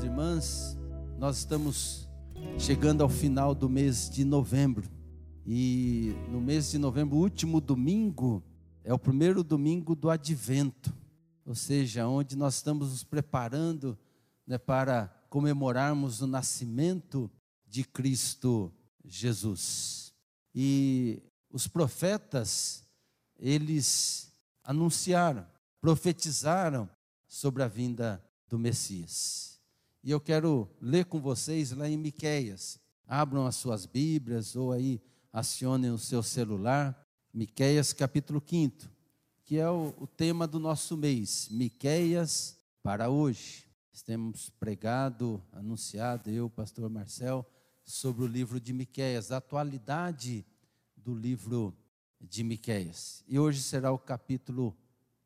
irmãs, nós estamos chegando ao final do mês de novembro. E no mês de novembro, o último domingo, é o primeiro domingo do Advento. Ou seja, onde nós estamos nos preparando, para comemorarmos o nascimento de Cristo Jesus. E os profetas, eles anunciaram, profetizaram sobre a vinda do Messias. E eu quero ler com vocês lá em Miqueias. Abram as suas Bíblias ou aí acionem o seu celular. Miqueias capítulo 5, que é o tema do nosso mês. Miqueias para hoje. Temos pregado, anunciado, eu, pastor Marcel, sobre o livro de Miqueias, a atualidade do livro de Miqueias. E hoje será o capítulo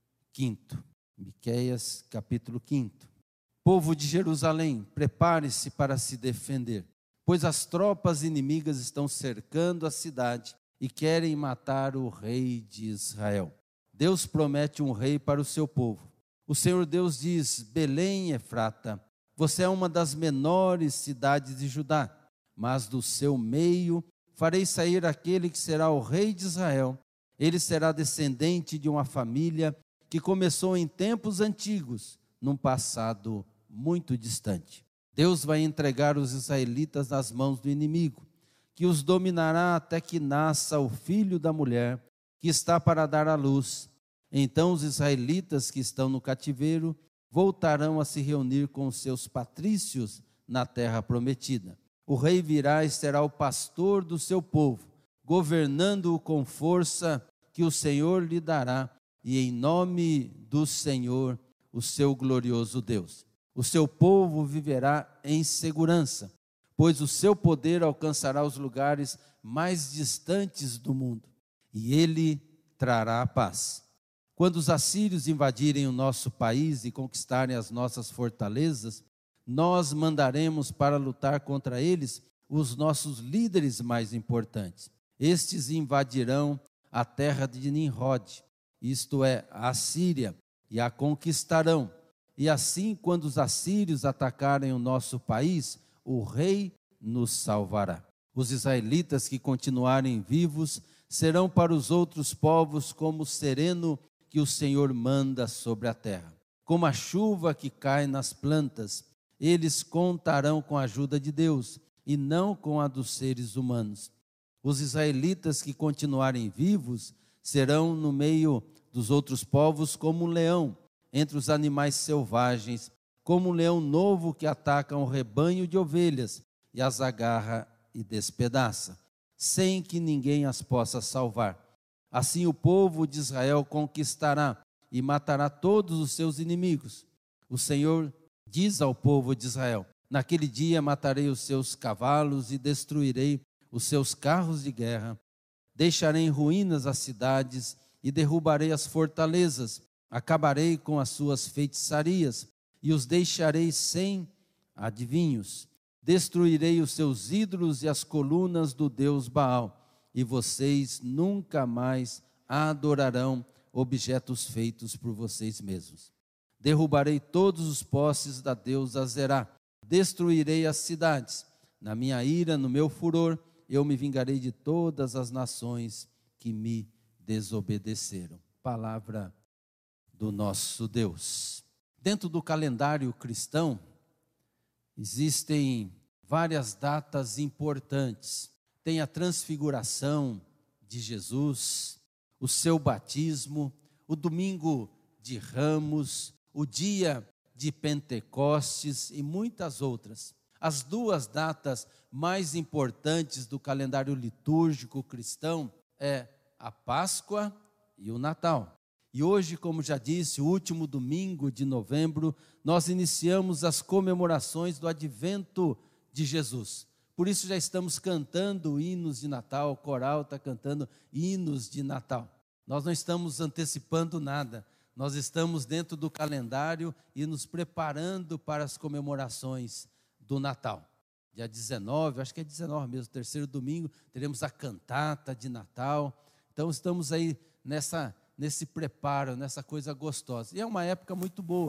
5. Miqueias capítulo 5. Povo de Jerusalém, prepare-se para se defender, pois as tropas inimigas estão cercando a cidade e querem matar o rei de Israel. Deus promete um rei para o seu povo. O Senhor Deus diz: Belém, Efrata, você é uma das menores cidades de Judá, mas do seu meio farei sair aquele que será o rei de Israel. Ele será descendente de uma família que começou em tempos antigos, num passado muito distante. Deus vai entregar os israelitas nas mãos do inimigo, que os dominará até que nasça o filho da mulher que está para dar à luz. Então os israelitas que estão no cativeiro voltarão a se reunir com os seus patrícios na terra prometida. O rei virá e será o pastor do seu povo, governando-o com força que o Senhor lhe dará, e em nome do Senhor, o seu glorioso Deus. O seu povo viverá em segurança, pois o seu poder alcançará os lugares mais distantes do mundo, e ele trará a paz. Quando os assírios invadirem o nosso país e conquistarem as nossas fortalezas, nós mandaremos para lutar contra eles os nossos líderes mais importantes. Estes invadirão a terra de Nimrod, isto é, a Síria, e a conquistarão. E assim, quando os assírios atacarem o nosso país, o rei nos salvará. Os israelitas que continuarem vivos serão para os outros povos como o sereno que o Senhor manda sobre a terra. Como a chuva que cai nas plantas, eles contarão com a ajuda de Deus e não com a dos seres humanos. Os israelitas que continuarem vivos serão no meio dos outros povos como um leão entre os animais selvagens, como um leão novo que ataca um rebanho de ovelhas e as agarra e despedaça, sem que ninguém as possa salvar. Assim o povo de Israel conquistará e matará todos os seus inimigos. O Senhor diz ao povo de Israel: naquele dia matarei os seus cavalos e destruirei os seus carros de guerra. Deixarei em ruínas as cidades e derrubarei as fortalezas. Acabarei com as suas feitiçarias e os deixarei sem adivinhos. Destruirei os seus ídolos e as colunas do Deus Baal, e vocês nunca mais adorarão objetos feitos por vocês mesmos. Derrubarei todos os postes da deusa Zerá, destruirei as cidades. Na minha ira, no meu furor, eu me vingarei de todas as nações que me desobedeceram. Palavra do nosso Deus. Dentro do calendário cristão, existem várias datas importantes. Tem a transfiguração de Jesus, o seu batismo, o domingo de Ramos, o dia de Pentecostes e muitas outras. As duas datas mais importantes do calendário litúrgico cristão é a Páscoa e o Natal. E hoje, como já disse, o último domingo de novembro, nós iniciamos as comemorações do advento de Jesus. Por isso já estamos cantando hinos de Natal, o coral está cantando hinos de Natal. Nós não estamos antecipando nada, nós estamos dentro do calendário e nos preparando para as comemorações do Natal. Dia 19, acho que é 19 mesmo, terceiro domingo, teremos a cantata de Natal. Então estamos aí nesse preparo, nessa coisa gostosa. E é uma época muito boa,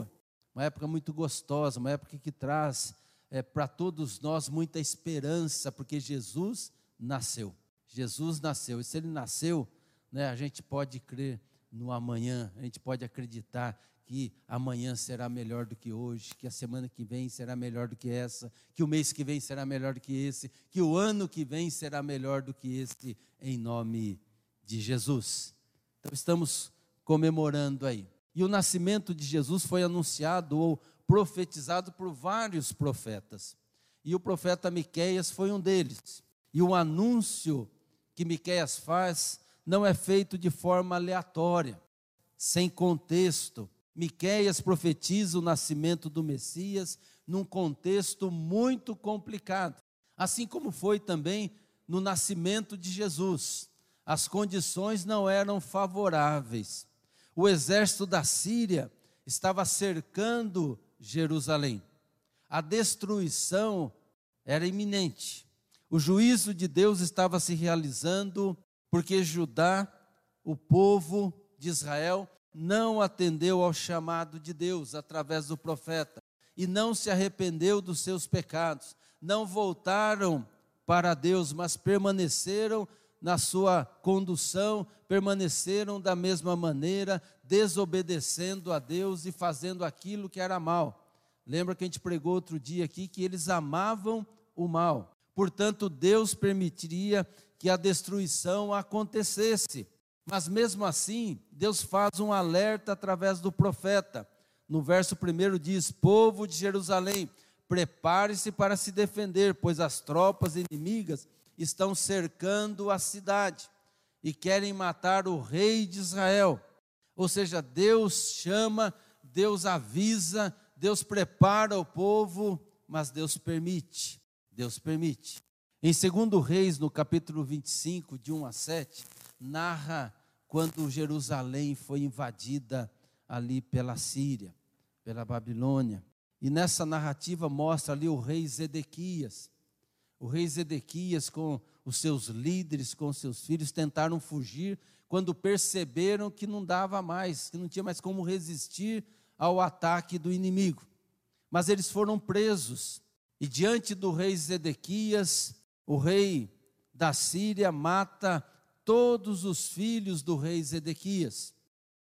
uma época muito gostosa, uma época que traz para todos nós muita esperança, porque Jesus nasceu. Jesus nasceu, e se Ele nasceu, né, a gente pode crer no amanhã, a gente pode acreditar que amanhã será melhor do que hoje, que a semana que vem será melhor do que essa, que o mês que vem será melhor do que esse, que o ano que vem será melhor do que este, em nome de Jesus. Então estamos comemorando aí. E o nascimento de Jesus foi anunciado ou profetizado por vários profetas. E o profeta Miqueias foi um deles. E o anúncio que Miqueias faz não é feito de forma aleatória, sem contexto. Miqueias profetiza o nascimento do Messias num contexto muito complicado, assim como foi também no nascimento de Jesus. As condições não eram favoráveis. O exército da Síria estava cercando Jerusalém. A destruição era iminente. O juízo de Deus estava se realizando porque Judá, o povo de Israel, não atendeu ao chamado de Deus através do profeta e não se arrependeu dos seus pecados, não voltaram para Deus, mas permaneceram na sua condução, permaneceram da mesma maneira, desobedecendo a Deus e fazendo aquilo que era mal. Lembra que a gente pregou outro dia aqui que eles amavam o mal. Portanto, Deus permitiria que a destruição acontecesse. Mas mesmo assim, Deus faz um alerta através do profeta. No verso 1 diz: povo de Jerusalém, prepare-se para se defender, pois as tropas inimigas estão cercando a cidade e querem matar o rei de Israel. Ou seja, Deus chama, Deus avisa, Deus prepara o povo, mas Deus permite. Deus permite. Em 2 Reis, no capítulo 25, de 1 a 7, narra quando Jerusalém foi invadida ali pela Síria, pela Babilônia. E nessa narrativa mostra ali o rei Zedequias. O rei Zedequias com os seus líderes, com os seus filhos, tentaram fugir quando perceberam que não dava mais, que não tinha mais como resistir ao ataque do inimigo. Mas eles foram presos. E diante do rei Zedequias, o rei da Síria mata todos os filhos do rei Zedequias.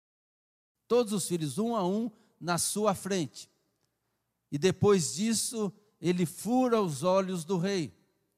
Todos os filhos, um a um, na sua frente. E depois disso, ele fura os olhos do rei.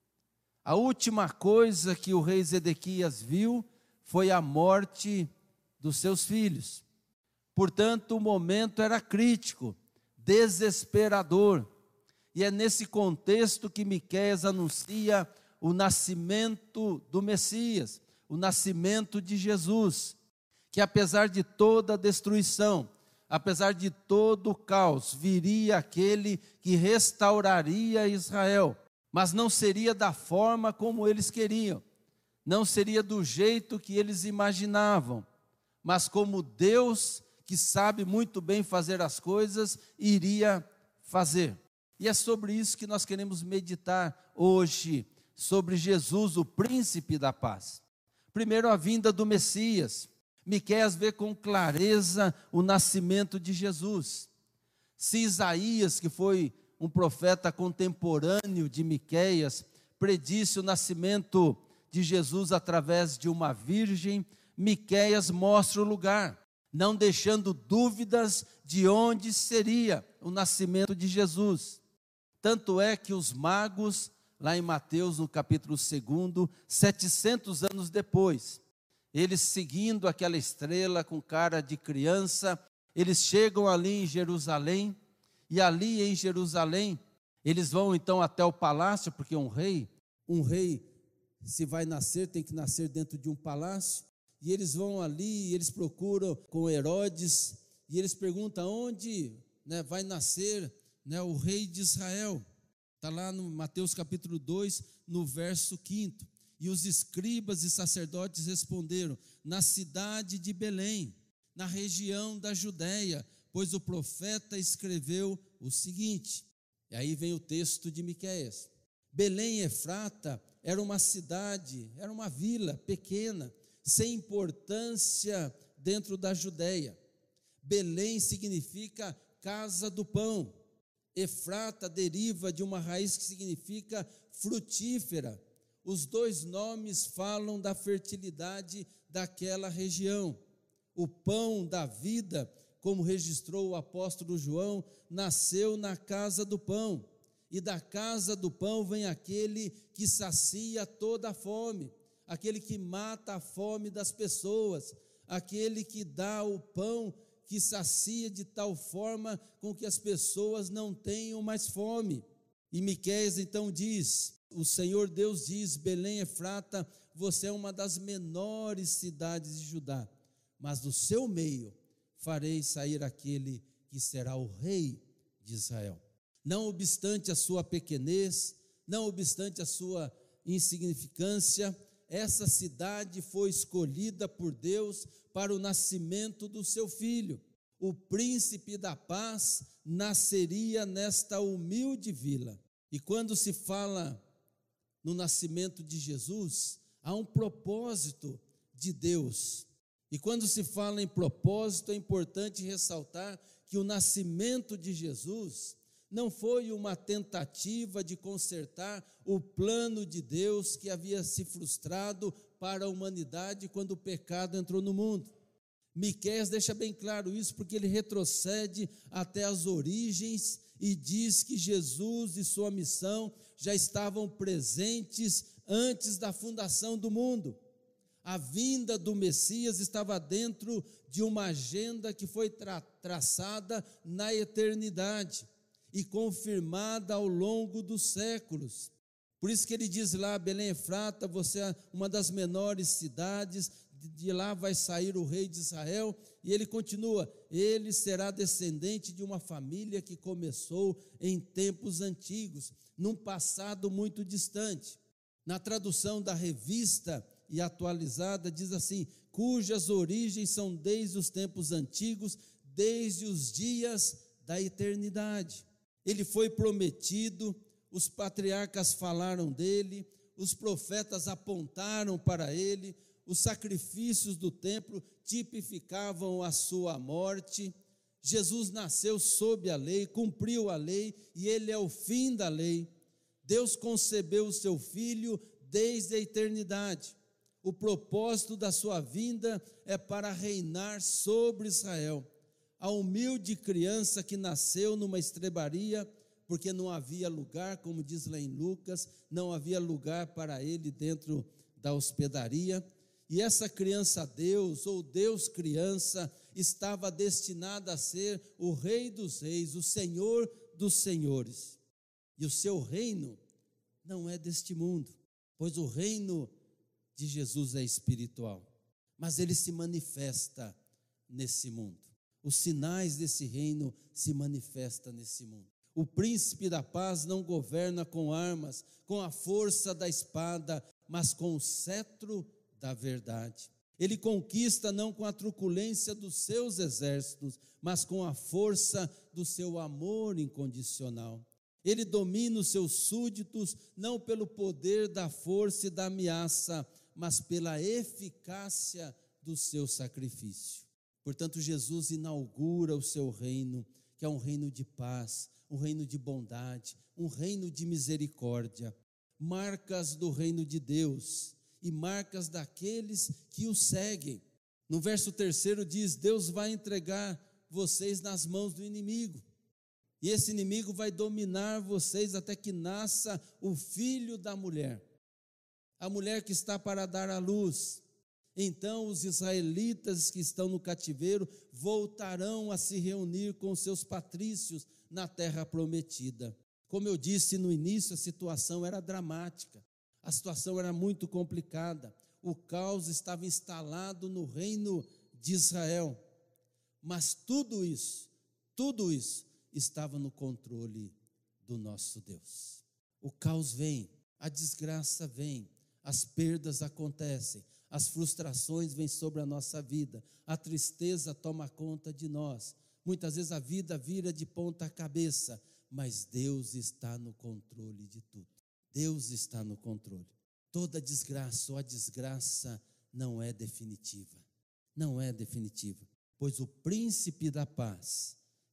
A última coisa que o rei Zedequias viu foi a morte dos seus filhos. Portanto, o momento era crítico, desesperador. E é nesse contexto que Miqueias anuncia o nascimento do Messias, o nascimento de Jesus, que apesar de toda a destruição, apesar de todo o caos, viria aquele que restauraria Israel, mas não seria da forma como eles queriam, não seria do jeito que eles imaginavam, mas como Deus, que sabe muito bem fazer as coisas, iria fazer. E é sobre isso que nós queremos meditar hoje, sobre Jesus, o príncipe da paz. Primeiro, a vinda do Messias. Miqueias vê com clareza o nascimento de Jesus. Se Isaías, que foi um profeta contemporâneo de Miqueias, predisse o nascimento de Jesus através de uma virgem, Miqueias mostra o lugar, não deixando dúvidas de onde seria o nascimento de Jesus. Tanto é que os magos, lá em Mateus, no capítulo 2, 700 anos depois, eles seguindo aquela estrela com cara de criança, eles chegam ali em Jerusalém, e ali em Jerusalém, eles vão então até o palácio, porque um rei, se vai nascer, tem que nascer dentro de um palácio, e eles vão ali, e eles procuram com Herodes, e eles perguntam onde vai nascer o rei de Israel. Está lá no Mateus capítulo 2, no verso 5. E os escribas e sacerdotes responderam: na cidade de Belém, na região da Judéia, pois o profeta escreveu o seguinte. E aí vem o texto de Miqueias. Belém Efrata era uma cidade, era uma vila pequena, sem importância dentro da Judéia. Belém significa casa do pão. Efrata deriva de uma raiz que significa frutífera. Os dois nomes falam da fertilidade daquela região. O pão da vida, como registrou o apóstolo João, nasceu na casa do pão. E da casa do pão vem aquele que sacia toda a fome, aquele que mata a fome das pessoas, aquele que dá o pão que sacia de tal forma com que as pessoas não tenham mais fome. E Miqueias então diz, o Senhor Deus diz: Belém Efrata, você é uma das menores cidades de Judá, mas do seu meio farei sair aquele que será o rei de Israel. Não obstante a sua pequenez, não obstante a sua insignificância, essa cidade foi escolhida por Deus para o nascimento do seu filho. O príncipe da paz nasceria nesta humilde vila. E quando se fala no nascimento de Jesus, há um propósito de Deus. E quando se fala em propósito, é importante ressaltar que o nascimento de Jesus não foi uma tentativa de consertar o plano de Deus que havia se frustrado para a humanidade quando o pecado entrou no mundo. Miqueias deixa bem claro isso, porque ele retrocede até as origens e diz que Jesus e sua missão já estavam presentes antes da fundação do mundo. A vinda do Messias estava dentro de uma agenda que foi traçada na eternidade e confirmada ao longo dos séculos. Por isso que ele diz lá: Belém Efrata, você é uma das menores cidades, de lá vai sair o rei de Israel. E ele continua: ele será descendente de uma família que começou em tempos antigos, num passado muito distante. Na tradução da Revista e Atualizada diz assim: cujas origens são desde os tempos antigos, desde os dias da eternidade. Ele foi prometido, os patriarcas falaram dele, os profetas apontaram para ele, os sacrifícios do templo tipificavam a sua morte. Jesus nasceu sob a lei, cumpriu a lei e ele é o fim da lei. Deus concebeu o seu filho desde a eternidade. O propósito da sua vinda é para reinar sobre Israel. A humilde criança que nasceu numa estrebaria, porque não havia lugar, como diz lá em Lucas, não havia lugar para ele dentro da hospedaria. E essa criança Deus, ou Deus criança, estava destinada a ser o Rei dos Reis, o Senhor dos Senhores. E o seu reino não é deste mundo, pois o reino de Jesus é espiritual, mas ele se manifesta nesse mundo. Os sinais desse reino se manifestam nesse mundo. O príncipe da paz não governa com armas, com a força da espada, mas com o cetro da verdade. Ele conquista não com a truculência dos seus exércitos, mas com a força do seu amor incondicional. Ele domina os seus súditos não pelo poder da força e da ameaça, mas pela eficácia do seu sacrifício. Portanto, Jesus inaugura o seu reino, que é um reino de paz, um reino de bondade, um reino de misericórdia, marcas do reino de Deus e marcas daqueles que o seguem. No verso 3 diz: Deus vai entregar vocês nas mãos do inimigo, e esse inimigo vai dominar vocês até que nasça o filho da mulher, a mulher que está para dar à luz. Então os israelitas que estão no cativeiro voltarão a se reunir com seus patrícios na terra prometida. Como eu disse no início, a situação era dramática, a situação era muito complicada, o caos estava instalado no reino de Israel, mas tudo isso estava no controle do nosso Deus. O caos vem, a desgraça vem, as perdas acontecem, as frustrações vêm sobre a nossa vida, a tristeza toma conta de nós, muitas vezes a vida vira de ponta cabeça, mas Deus está no controle de tudo. Deus está no controle. Toda desgraça ou a desgraça não é definitiva, pois o príncipe da paz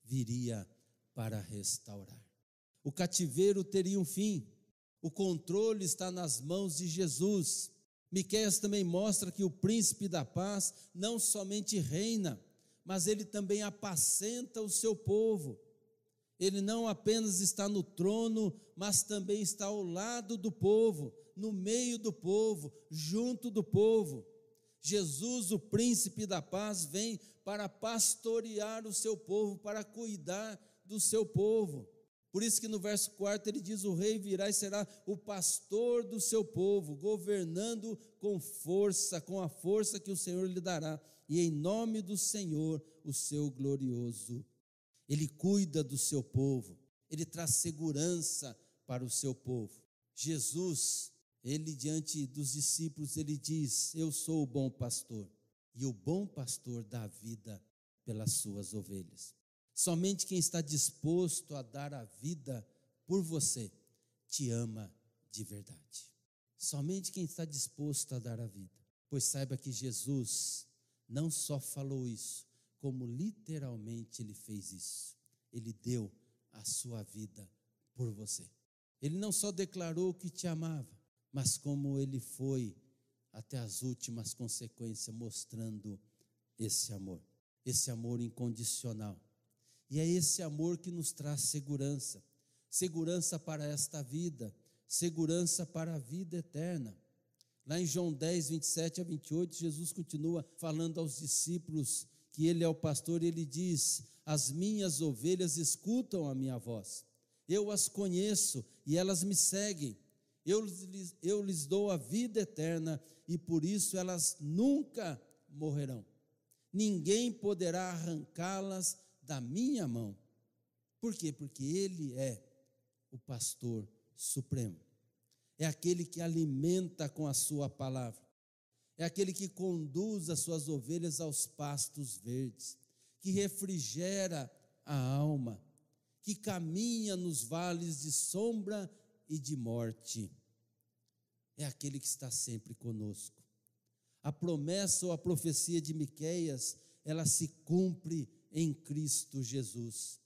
viria para restaurar. O cativeiro teria um fim. O controle está nas mãos de Jesus. Miqueias também mostra que o príncipe da paz não somente reina, mas ele também apacenta o seu povo. Ele não apenas está no trono, mas também está ao lado do povo, no meio do povo, junto do povo. Jesus, o príncipe da paz, vem para pastorear o seu povo, para cuidar do seu povo. Por isso que no verso 4 ele diz: o rei virá e será o pastor do seu povo, governando com força, com a força que o Senhor lhe dará, e em nome do Senhor, o seu glorioso. Ele cuida do seu povo, ele traz segurança para o seu povo. Jesus, ele diante dos discípulos, ele diz: eu sou o bom pastor, e o bom pastor dá a vida pelas suas ovelhas. Somente quem está disposto a dar a vida por você, te ama de verdade. Somente quem está disposto a dar a vida. Pois saiba que Jesus não só falou isso, como literalmente ele fez isso. Ele deu a sua vida por você. Ele não só declarou que te amava, mas como ele foi até as últimas consequências, mostrando esse amor incondicional. E é esse amor que nos traz segurança, segurança para esta vida, segurança para a vida eterna. Lá em João 10, 27 a 28, Jesus continua falando aos discípulos que ele é o pastor, e ele diz: as minhas ovelhas escutam a minha voz, eu as conheço e elas me seguem, eu lhes dou a vida eterna e por isso elas nunca morrerão, ninguém poderá arrancá-las da minha mão. Por quê? Porque ele é o pastor supremo, é aquele que alimenta com a sua palavra, é aquele que conduz as suas ovelhas aos pastos verdes, que refrigera a alma, que caminha nos vales de sombra e de morte. É aquele que está sempre conosco. A promessa ou a profecia de Miqueias, ela se cumpre em Cristo Jesus.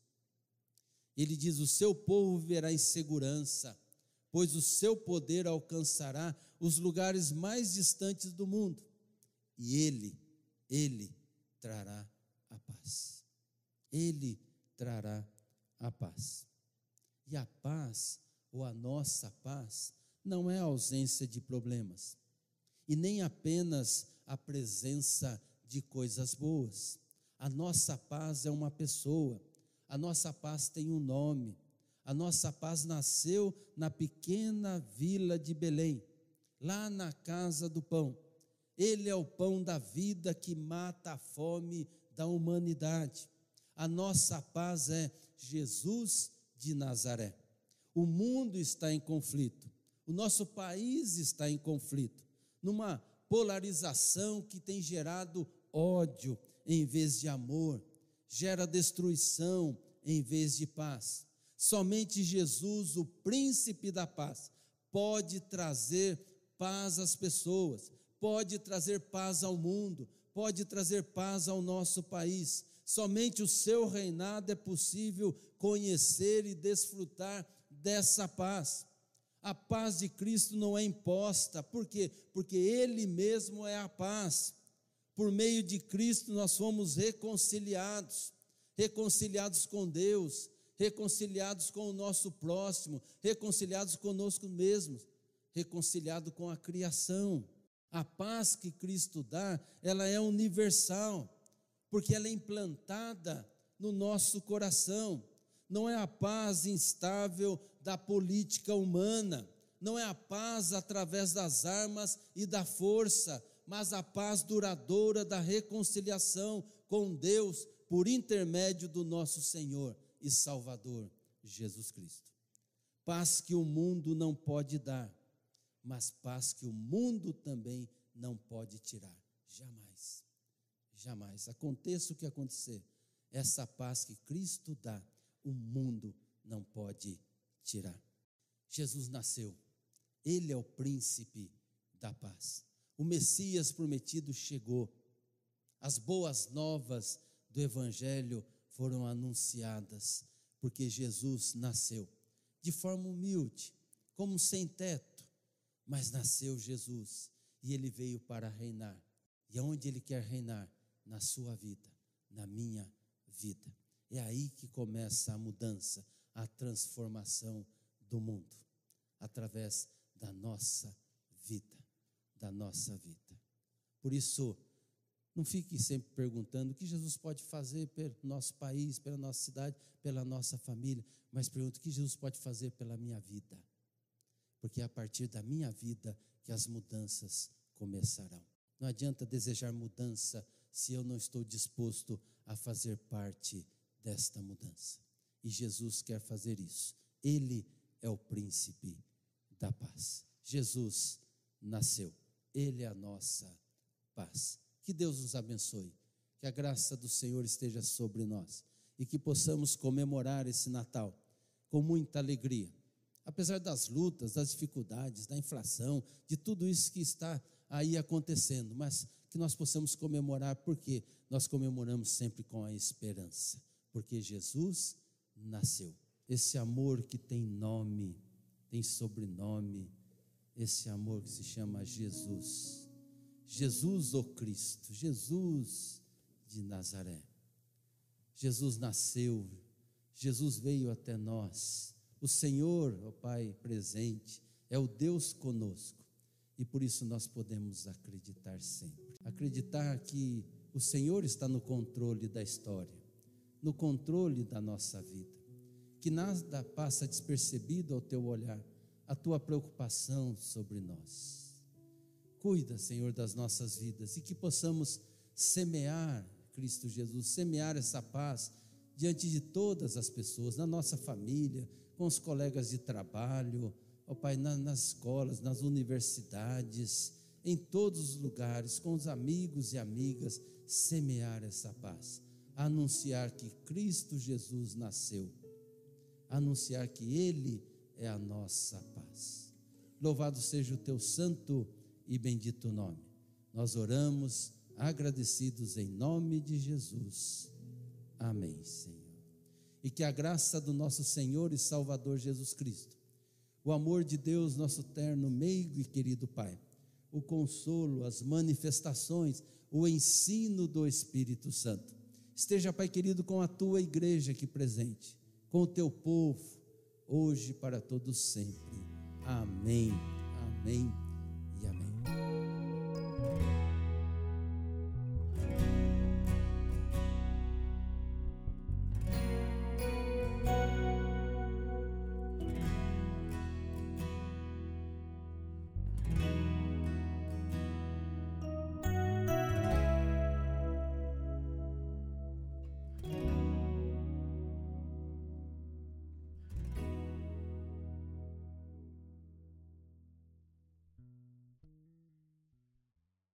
Ele diz: o seu povo viverá em segurança, pois o seu poder alcançará os lugares mais distantes do mundo, e ele trará a paz. Ele trará a paz. E a paz, ou a nossa paz, não é a ausência de problemas, e nem apenas a presença de coisas boas. A nossa paz é uma pessoa, a nossa paz tem um nome, a nossa paz nasceu na pequena vila de Belém, lá na casa do pão. Ele é o pão da vida que mata a fome da humanidade. A nossa paz é Jesus de Nazaré. O mundo está em conflito, o nosso país está em conflito, numa polarização que tem gerado ódio em vez de amor, gera destruição em vez de paz. Somente Jesus, o príncipe da paz, pode trazer paz às pessoas, pode trazer paz ao mundo, pode trazer paz ao nosso país. Somente o seu reinado é possível conhecer e desfrutar dessa paz. A paz de Cristo não é imposta. Por quê? Porque Ele mesmo é a paz. Por meio de Cristo nós fomos reconciliados com Deus, reconciliados com o nosso próximo, reconciliados conosco mesmos, reconciliados com a criação. A paz que Cristo dá, ela é universal, porque ela é implantada no nosso coração. Não é a paz instável da política humana, não é a paz através das armas e da força, mas a paz duradoura da reconciliação com Deus por intermédio do nosso Senhor e Salvador Jesus Cristo. Paz que o mundo não pode dar, mas paz que o mundo também não pode tirar. Jamais, jamais. Aconteça o que acontecer, essa paz que Cristo dá, o mundo não pode tirar. Jesus nasceu, Ele é o príncipe da paz. O Messias prometido chegou. As boas novas do Evangelho foram anunciadas, porque Jesus nasceu de forma humilde, como um sem-teto, mas nasceu Jesus e ele veio para reinar. E aonde ele quer reinar? Na sua vida, na minha vida. É aí que começa a mudança, a transformação do mundo, através da nossa vida, da nossa vida. Por isso, não fique sempre perguntando o que Jesus pode fazer pelo nosso país, pela nossa cidade, pela nossa família, mas pergunte o que Jesus pode fazer pela minha vida, porque é a partir da minha vida que as mudanças começarão. Não adianta desejar mudança se eu não estou disposto a fazer parte desta mudança. E Jesus quer fazer isso. Ele é o príncipe da paz. Jesus nasceu. Ele é a nossa paz. Que Deus nos abençoe. Que a graça do Senhor esteja sobre nós. E que possamos comemorar esse Natal com muita alegria. Apesar das lutas, das dificuldades, da inflação, de tudo isso que está aí acontecendo, mas que nós possamos comemorar, porque nós comemoramos sempre com a esperança, porque Jesus nasceu. Esse amor que tem nome, tem sobrenome, esse amor que se chama Jesus. Jesus o Cristo, Jesus de Nazaré. Jesus nasceu, Jesus veio até nós. O Senhor, ó Pai presente, é o Deus conosco. E por isso nós podemos acreditar sempre. Acreditar que o Senhor está no controle da história, no controle da nossa vida. Que nada passa despercebido ao teu olhar, a tua preocupação sobre nós. Cuida, Senhor, das nossas vidas e que possamos semear, Cristo Jesus, semear essa paz diante de todas as pessoas, na nossa família, com os colegas de trabalho, ó Pai, nas escolas, nas universidades, em todos os lugares, com os amigos e amigas, semear essa paz, anunciar que Cristo Jesus nasceu, anunciar que Ele é a nossa paz. Louvado seja o teu santo e bendito nome. Nós oramos agradecidos em nome de Jesus. Amém, Senhor. E que a graça do nosso Senhor e Salvador Jesus Cristo, o amor de Deus, nosso terno, meigo e querido Pai, o consolo, as manifestações, o ensino do Espírito Santo, esteja, Pai querido, com a tua igreja aqui presente, com o teu povo, hoje para todos sempre. Amém, amém.